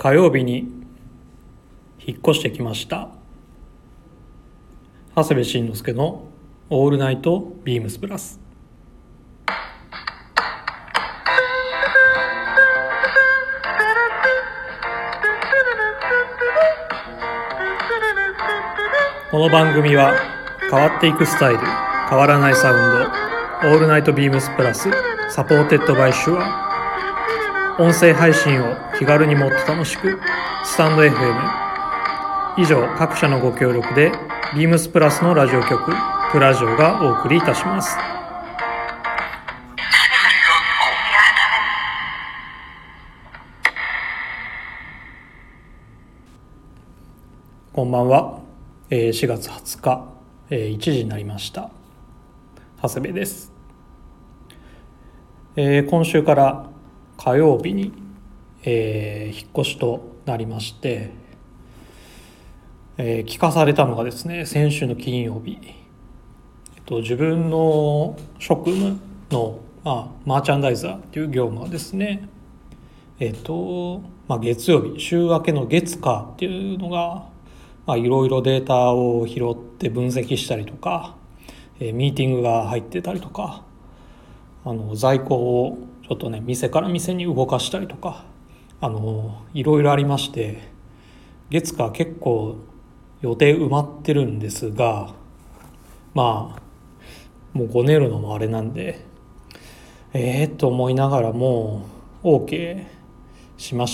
火曜日に引っ越してきました。長谷部慎之介のオールナイトビームスプラス。この番組は変わっていくスタイル、変わらないサウンド、オールナイトビームスプラスサポーテッドバイシュア。音声配信を気軽にもっと楽しく、スタンド FM。 以上各社のご協力でビームスプラスのラジオ局プラジオがお送りいたします。こんばんは。4月20日、1時になりました。長谷部です。今週から火曜日に、引っ越しとなりまして、聞かされたのがですね、先週の金曜日、自分の職務の、マーチャンダイザーという業務はですね、月曜日、週明けの月火っていうのが、いろいろデータを拾って分析したりとか、ミーティングが入ってたりとか、在庫をちょっとね、店から店に動かしたりとか、いろいろありまして、月火結構予定埋まってるんですが、もうごねるのもあれなんで、と思いながらも OK しました。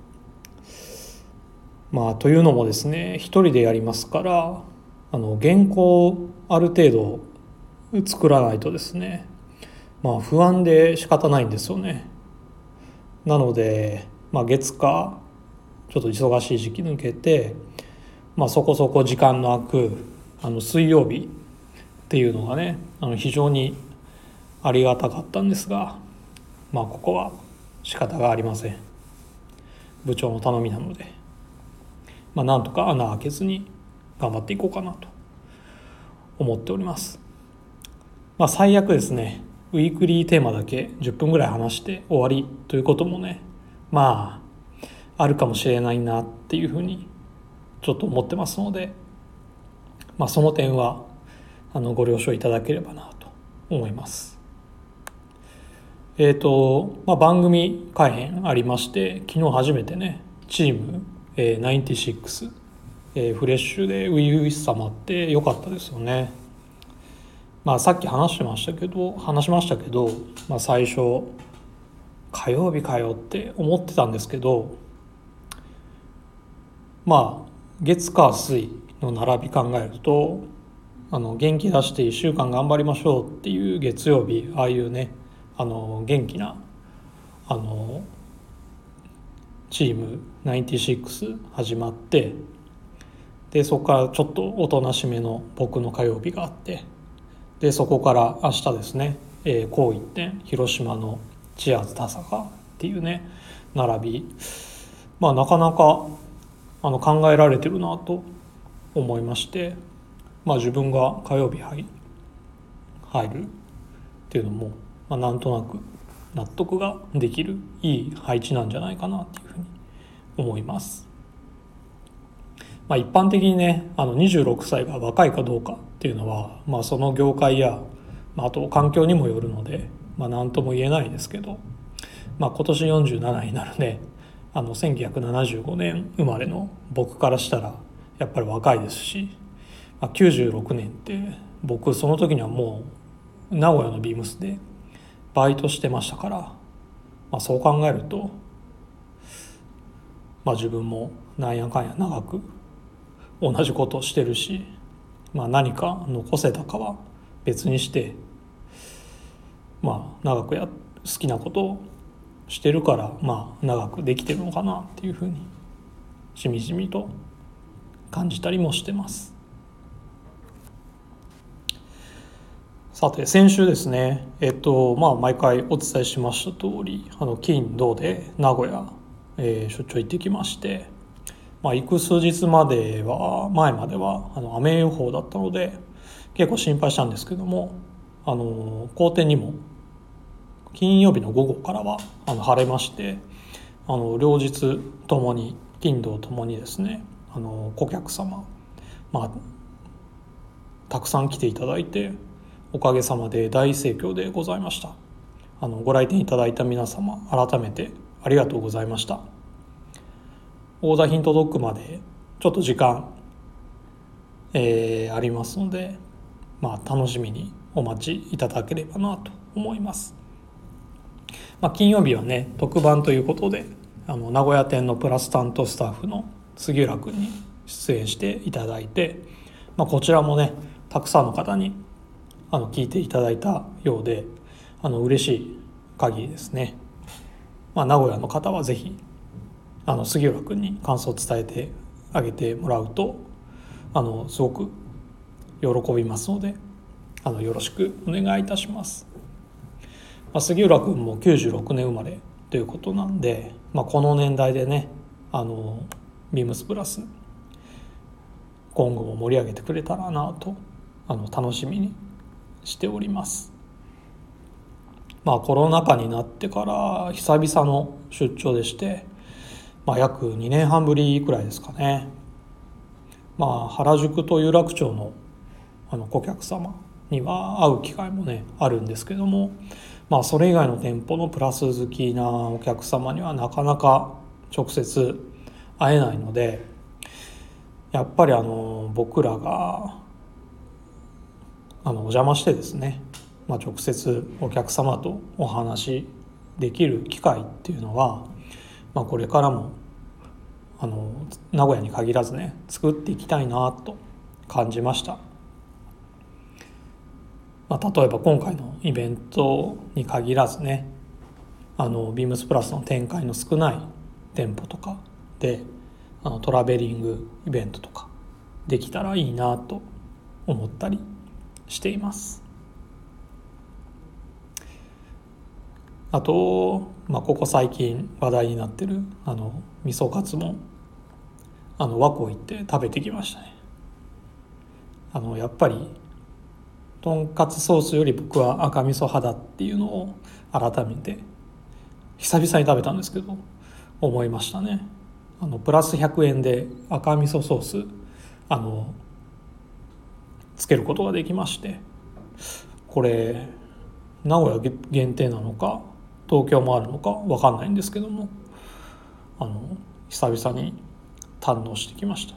というのもですね、一人でやりますから、原稿をある程度作らないとですね、不安で仕方ないんですよね。なので、月火ちょっと忙しい時期抜けて、そこそこ時間の空く水曜日っていうのがね、非常にありがたかったんですが、ここは仕方がありません。部長の頼みなので、なんとか穴開けずに頑張っていこうかなと思っております。最悪ですね、ウィークリーテーマだけ10分ぐらい話して終わりということもね、あるかもしれないなっていうふうにちょっと思ってますので、その点はご了承いただければなと思います。番組改編ありまして、昨日初めてね、チーム96、フレッシュで初々しさもあってよかったですよね。さっき話しましたけど、最初火曜日かよって思ってたんですけど、月火水の並び考えると、元気出して1週間頑張りましょうっていう月曜日、ああいうね、元気なチーム96始まって、でそこからちょっとおとなしめの僕の火曜日があって、でそこから明日ですね、こう一点広島のチアーズ田坂っていうね並び、なかなか考えられてるなと思いまして、自分が火曜日入るっていうのも、なんとなく納得ができるいい配置なんじゃないかなっていうふうに思います。一般的にね、26歳が若いかどうかっていうのは、その業界や、あと環境にもよるので、何とも言えないですけど、今年47になるね、1975年生まれの僕からしたらやっぱり若いですし、96年って僕その時にはもう名古屋のビームスでバイトしてましたから、そう考えると、自分もなんやかんや長く同じことをしてるし、何か残せたかは別にして、長く好きなことをしてるから、長くできてるのかなっていうふうにしみじみと感じたりもしてます。さて先週ですね、毎回お伝えしました通り、金土で名古屋、出張行ってきまして、行く数日前までは雨予報だったので結構心配したんですけども、好天にも金曜日の午後からは晴れまして、 両日ともに金土ともにですね顧客様、たくさん来ていただいておかげさまで大盛況でございました。ご来店いただいた皆様改めてありがとうございました。オーダー品届くまでちょっと時間、ありますので、楽しみにお待ちいただければなと思います。金曜日はね特番ということで名古屋店のプラス担当スタッフの杉浦君に出演していただいて、こちらもねたくさんの方に聞いていただいたようで嬉しい限りですね。名古屋の方はぜひ杉浦君に感想を伝えてあげてもらうとすごく喜びますのでよろしくお願いいたします。杉浦君も96年生まれということなんで、この年代でねビームスプラス今後も盛り上げてくれたらなと楽しみにしております。コロナ禍になってから久々の出張でして、約2年半ぶりくらいですかね。原宿と有楽町の顧客様には会う機会もねあるんですけども、それ以外の店舗のプラス好きなお客様にはなかなか直接会えないので、やっぱり僕らがお邪魔してですね、直接お客様とお話できる機会っていうのは、これからも名古屋に限らずね作っていきたいなと感じました。例えば今回のイベントに限らずねビームスプラスの展開の少ない店舗とかでトラベリングイベントとかできたらいいなと思ったりしています。あと、ここ最近話題になってる味噌カツも和光行って食べてきましたね。やっぱりとんかつソースより僕は赤味噌派だっていうのを改めて久々に食べたんですけど思いましたね。プラス100円で赤味噌ソースつけることができまして、これ名古屋限定なのか東京もあるのか分かんないんですけども久々に堪能してきました。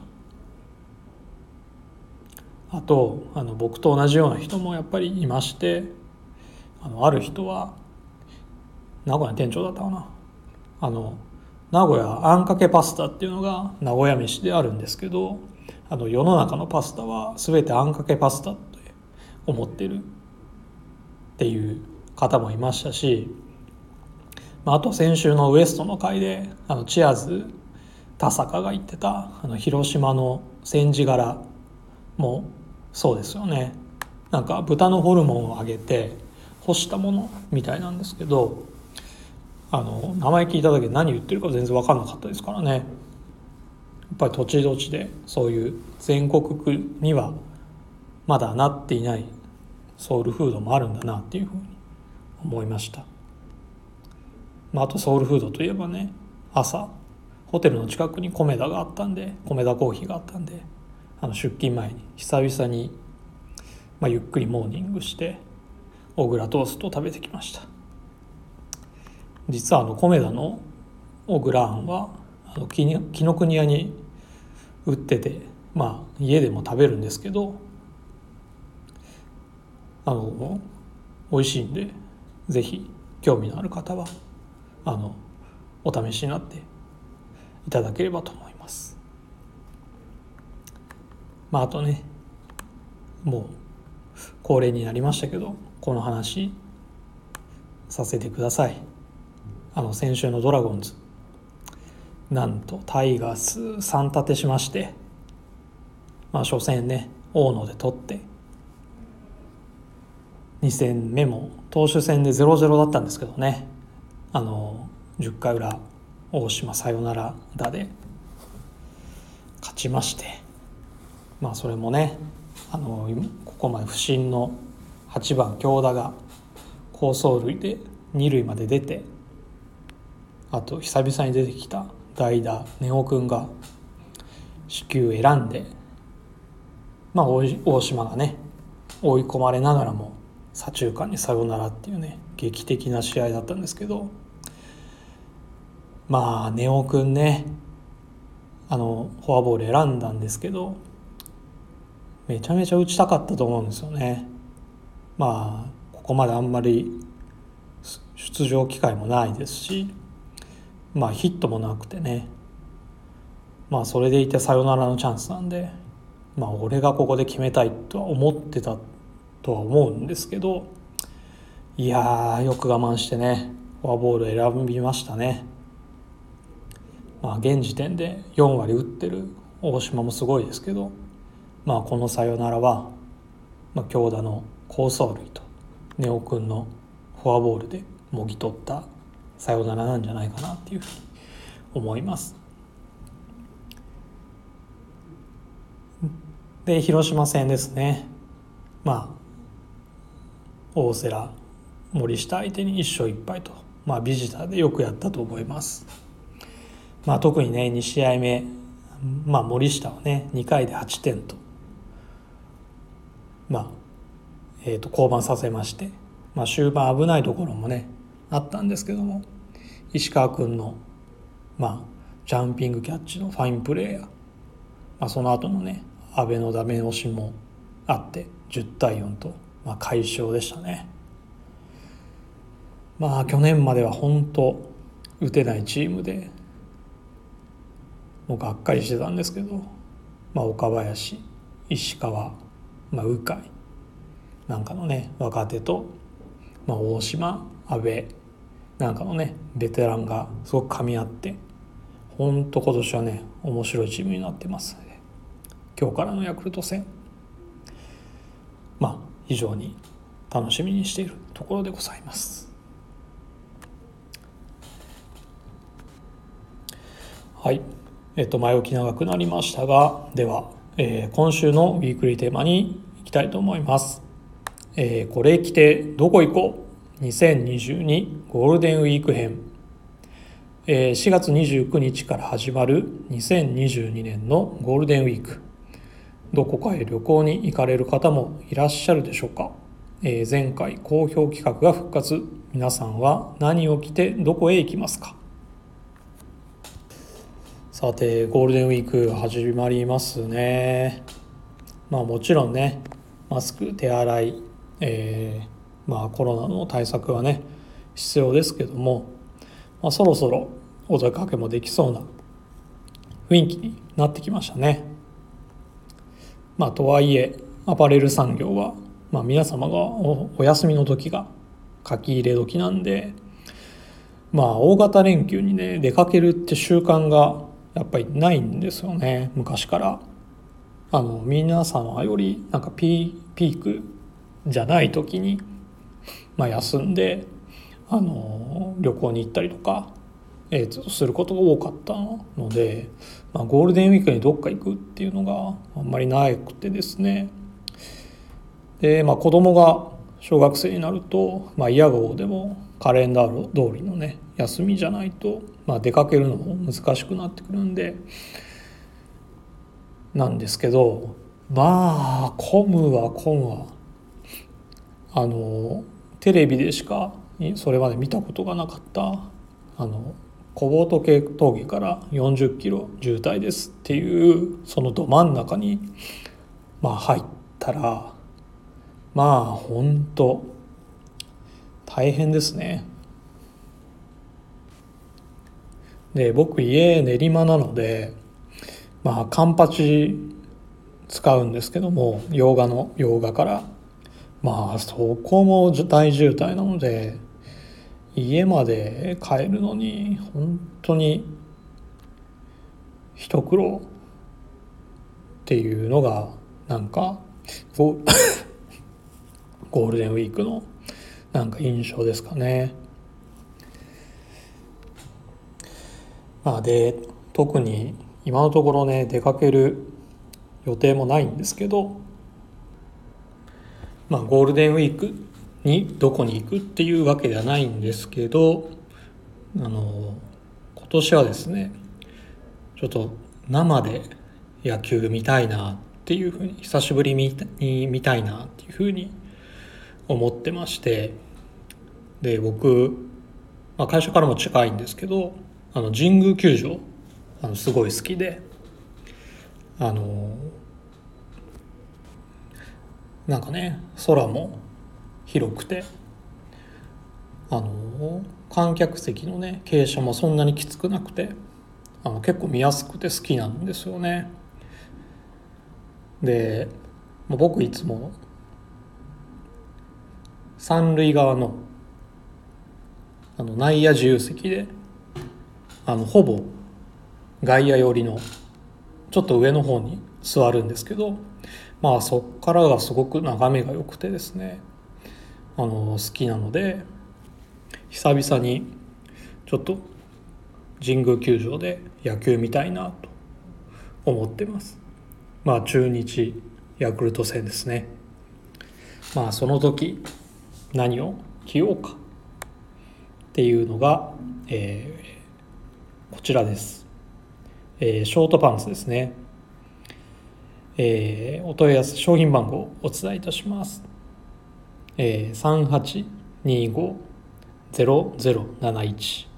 あと僕と同じような人もやっぱりいまして、ある人は名古屋の店長だったかな、名古屋あんかけパスタっていうのが名古屋飯であるんですけど、世の中のパスタは全てあんかけパスタって思ってるっていう方もいましたし、あと先週のウエストの回でチアーズ田坂が言ってた広島の煎じ柄もそうですよね。なんか豚のホルモンを揚げて干したものみたいなんですけど、名前聞いただけで何言ってるか全然分かんなかったですからね。やっぱり土地土地でそういう全国区にはまだなっていないソウルフードもあるんだなっていうふうに思いました。あとソウルフードといえばね、朝ホテルの近くにコメダがあったんで、コメダコーヒーがあったんで出勤前に久々に、ゆっくりモーニングして小倉トーストを食べてきました。実はコメダの小倉あんは紀ノ国屋に売ってて、家でも食べるんですけど美味しいんで、ぜひ興味のある方はお試しになっていただければと思います。あとね、もう恒例になりましたけどこの話させてください。先週のドラゴンズなんとタイガース3立てしまして、初戦ね大野で取って2戦目も投手戦で 0-0 だったんですけどね、10回裏大島サヨナラ打で勝ちまして、それもねここまで不振の8番京田が好走塁で2塁まで出てあと久々に出てきた代打根尾くんが四球選んで、大島がね追い込まれながらも左中間にサヨナラっていうね劇的な試合だったんですけど、根尾くんねフォアボール選んだんですけど、めちゃめちゃ打ちたかったと思うんですよね。ここまであんまり出場機会もないですし、ヒットもなくてね、それでいてサヨナラのチャンスなんで、俺がここで決めたいとは思ってたとは思うんですけど、いやーよく我慢してねフォアボール選びましたね。現時点で4割打ってる大島もすごいですけど、このサヨナラは、京田の好走塁と根尾くんのフォアボールでもぎ取ったサヨナラなんじゃないかなっていうふうに思います。で広島戦ですね、大瀬良森下相手に1勝1敗と、ビジターでよくやったと思います。特にね2試合目、森下はね2回で8点と降板させまして、終盤危ないところもねあったんですけども、石川君のジャンピングキャッチのファインプレーや、その後のね阿部のダメ押しもあって10対4と、快勝でしたね。去年までは本当打てないチームでもうがっかりしてたんですけど、岡林、石川、鵜飼なんかのね若手と、大島、阿部なんかのねベテランがすごく噛み合って、本当今年はね面白いチームになってますので、今日からのヤクルト戦非常に楽しみにしているところでございます。はい、前置き長くなりましたが、では、今週のウィークリーテーマに行きたいと思います。これ着てどこ行こう2022ゴールデンウィーク編、4月29日から始まる2022年のゴールデンウィーク、どこかへ旅行に行かれる方もいらっしゃるでしょうか。前回好評企画が復活、皆さんは何を着てどこへ行きますか。さてゴールデンウィーク始まりますね。もちろんねマスク手洗い、コロナの対策はね必要ですけども、そろそろお出かけもできそうな雰囲気になってきましたね。とはいえアパレル産業は、皆様がお休みの時が書き入れ時なんで、大型連休にね出かけるって習慣がやっぱりないんですよね。昔から皆様よりピークじゃない時に、休んで旅行に行ったりとか、することが多かったので、ゴールデンウィークにどっか行くっていうのがあんまりなくてですね。で、子供が小学生になると、イヤゴーでもカレンダー通りのね休みじゃないと、出かけるのも難しくなってくるんでなんですけど、混むわ。テレビでしかそれまで見たことがなかった小仏峠から40キロ渋滞ですっていうそのど真ん中に入ったら本当大変ですね。で僕家練馬なのでカンパチ使うんですけども、洋画からそこも大渋滞なので家まで帰るのに本当に一苦労っていうのがゴールデンウィークの印象ですかね。で特に今のところね出かける予定もないんですけど、ゴールデンウィークにどこに行くっていうわけではないんですけど、 今年はですねちょっと生で野球見たいなっていうふうに、久しぶりに見たいなっていうふうに思ってまして、で僕、会社からも近いんですけど神宮球場すごい好きで、なんかね空も広くて観客席のね傾斜もそんなにきつくなくて結構見やすくて好きなんですよね。で僕いつも三塁側の内野自由席でほぼ外野寄りのちょっと上の方に座るんですけど、そっからがすごく眺めが良くてですね好きなので、久々にちょっと神宮球場で野球見たいなと思ってます。中日ヤクルト戦ですね。その時何を着ようかっていうのが、こちらです。ショートパンツですね。お問い合わせ商品番号をお伝えいたします。3825-0071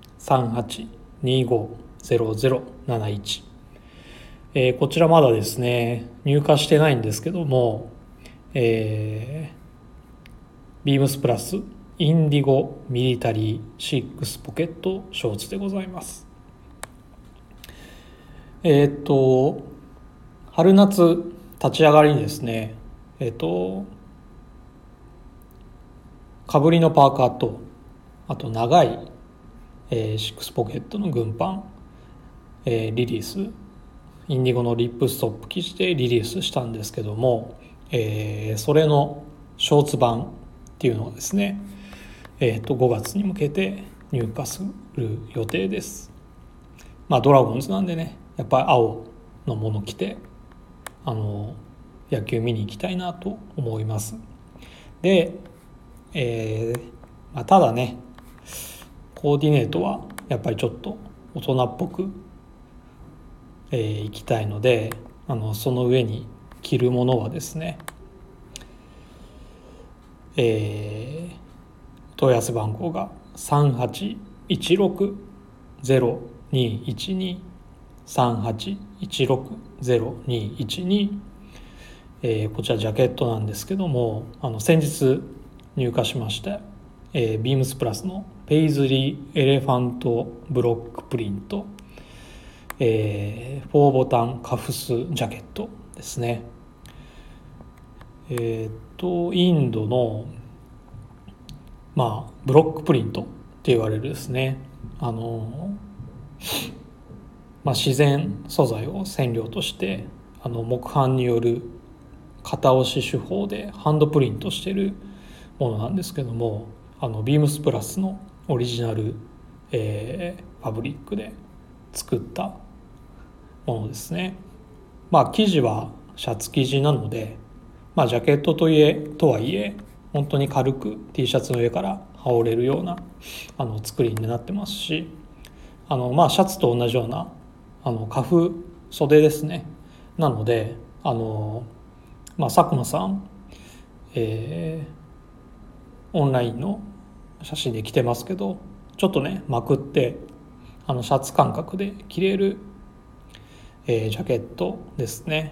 3825-0071、こちらまだですね入荷してないんですけども、ビームスプラスインディゴミリタリーシックスポケットショーツでございます。春夏立ち上がりにですねかぶりのパーカーとあと長い、シックスポケットの軍パン、リリースインディゴのリップストップ生地でリリースしたんですけども、それのショーツ版っていうのがですね、5月に向けて入荷する予定です。ドラゴンズなんでねやっぱり青のもの着て野球見に行きたいなと思います。で、ただねコーディネートはやっぱりちょっと大人っぽく、行きたいのでその上に着るものはですね、問い合わせ番号が3816-0212 3816-0212、こちらジャケットなんですけども先日入荷しました、ビームスプラスのペイズリーエレファントブロックプリント、4ボタンカフスジャケットですね。インドのブロックプリントって言われるですね自然素材を染料として木版による型押し手法でハンドプリントしているものなんですけどもビームスプラスのオリジナル、ファブリックで作ったものですね。生地はシャツ生地なので、ジャケットとはいえ本当に軽く T シャツの上から羽織れるような作りになってますしシャツと同じようなカフ袖ですね。なので佐久間さん、オンラインの写真で着てますけどちょっとねまくってシャツ感覚で着れる、ジャケットですね。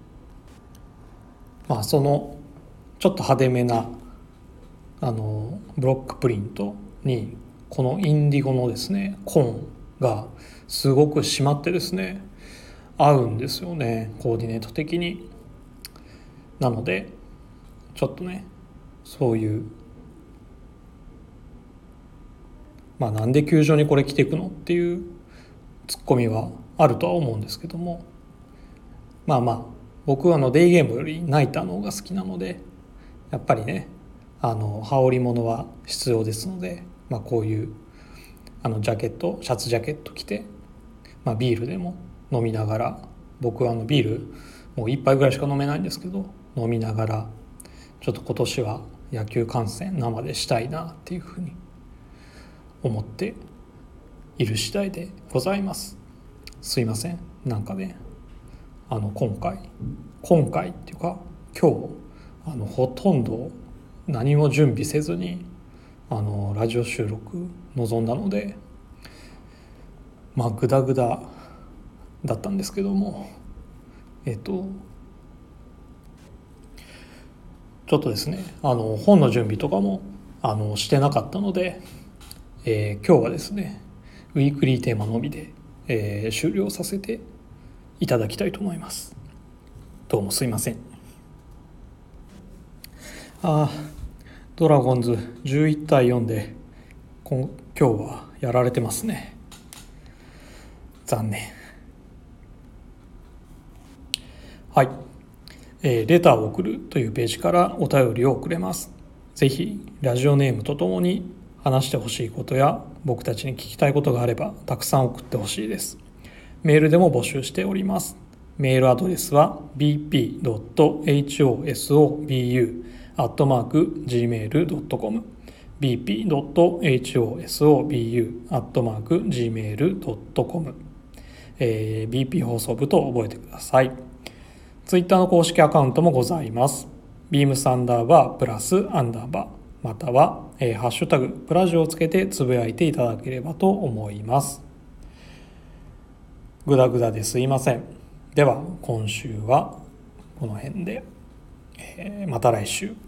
そのちょっと派手めなブロックプリントにこのインディゴのですねコーンがすごく締まってですね合うんですよねコーディネート的に。なのでちょっとねそういうなんで球場にこれ着ていくのっていうツッコミはあるとは思うんですけども僕はデイゲームよりナイターの方が好きなのでやっぱりね羽織物は必要ですので、こういうジャケットシャツジャケット着て、ビールでも飲みながら、僕はビールもう一杯ぐらいしか飲めないんですけど飲みながらちょっと今年は野球観戦生でしたいなっていうふうに思っている次第でございます。すいません、なんかね今回っていうか今日ほとんど何も準備せずにラジオ収録臨んだので、グダグダだったんですけども、ちょっとですね本の準備とかもしてなかったので、今日はですねウィークリーテーマのみで、終了させていただきたいと思います。どうもすいません。ドラゴンズ11対4で今日はやられてますね。残念。はい、レターを送るというページからお便りを送れます。ぜひラジオネームとともに話してほしいことや僕たちに聞きたいことがあればたくさん送ってほしいです。メールでも募集しております。メールアドレスは bp.hosobu@gmail.com bp.hosobu@gmail.com BP 放送部と覚えてください。ツイッターの公式アカウントもございます。beams_+_または、ハッシュタグプラジオをつけてつぶやいていただければと思います。グダグダですいません。では今週はこの辺で、また来週。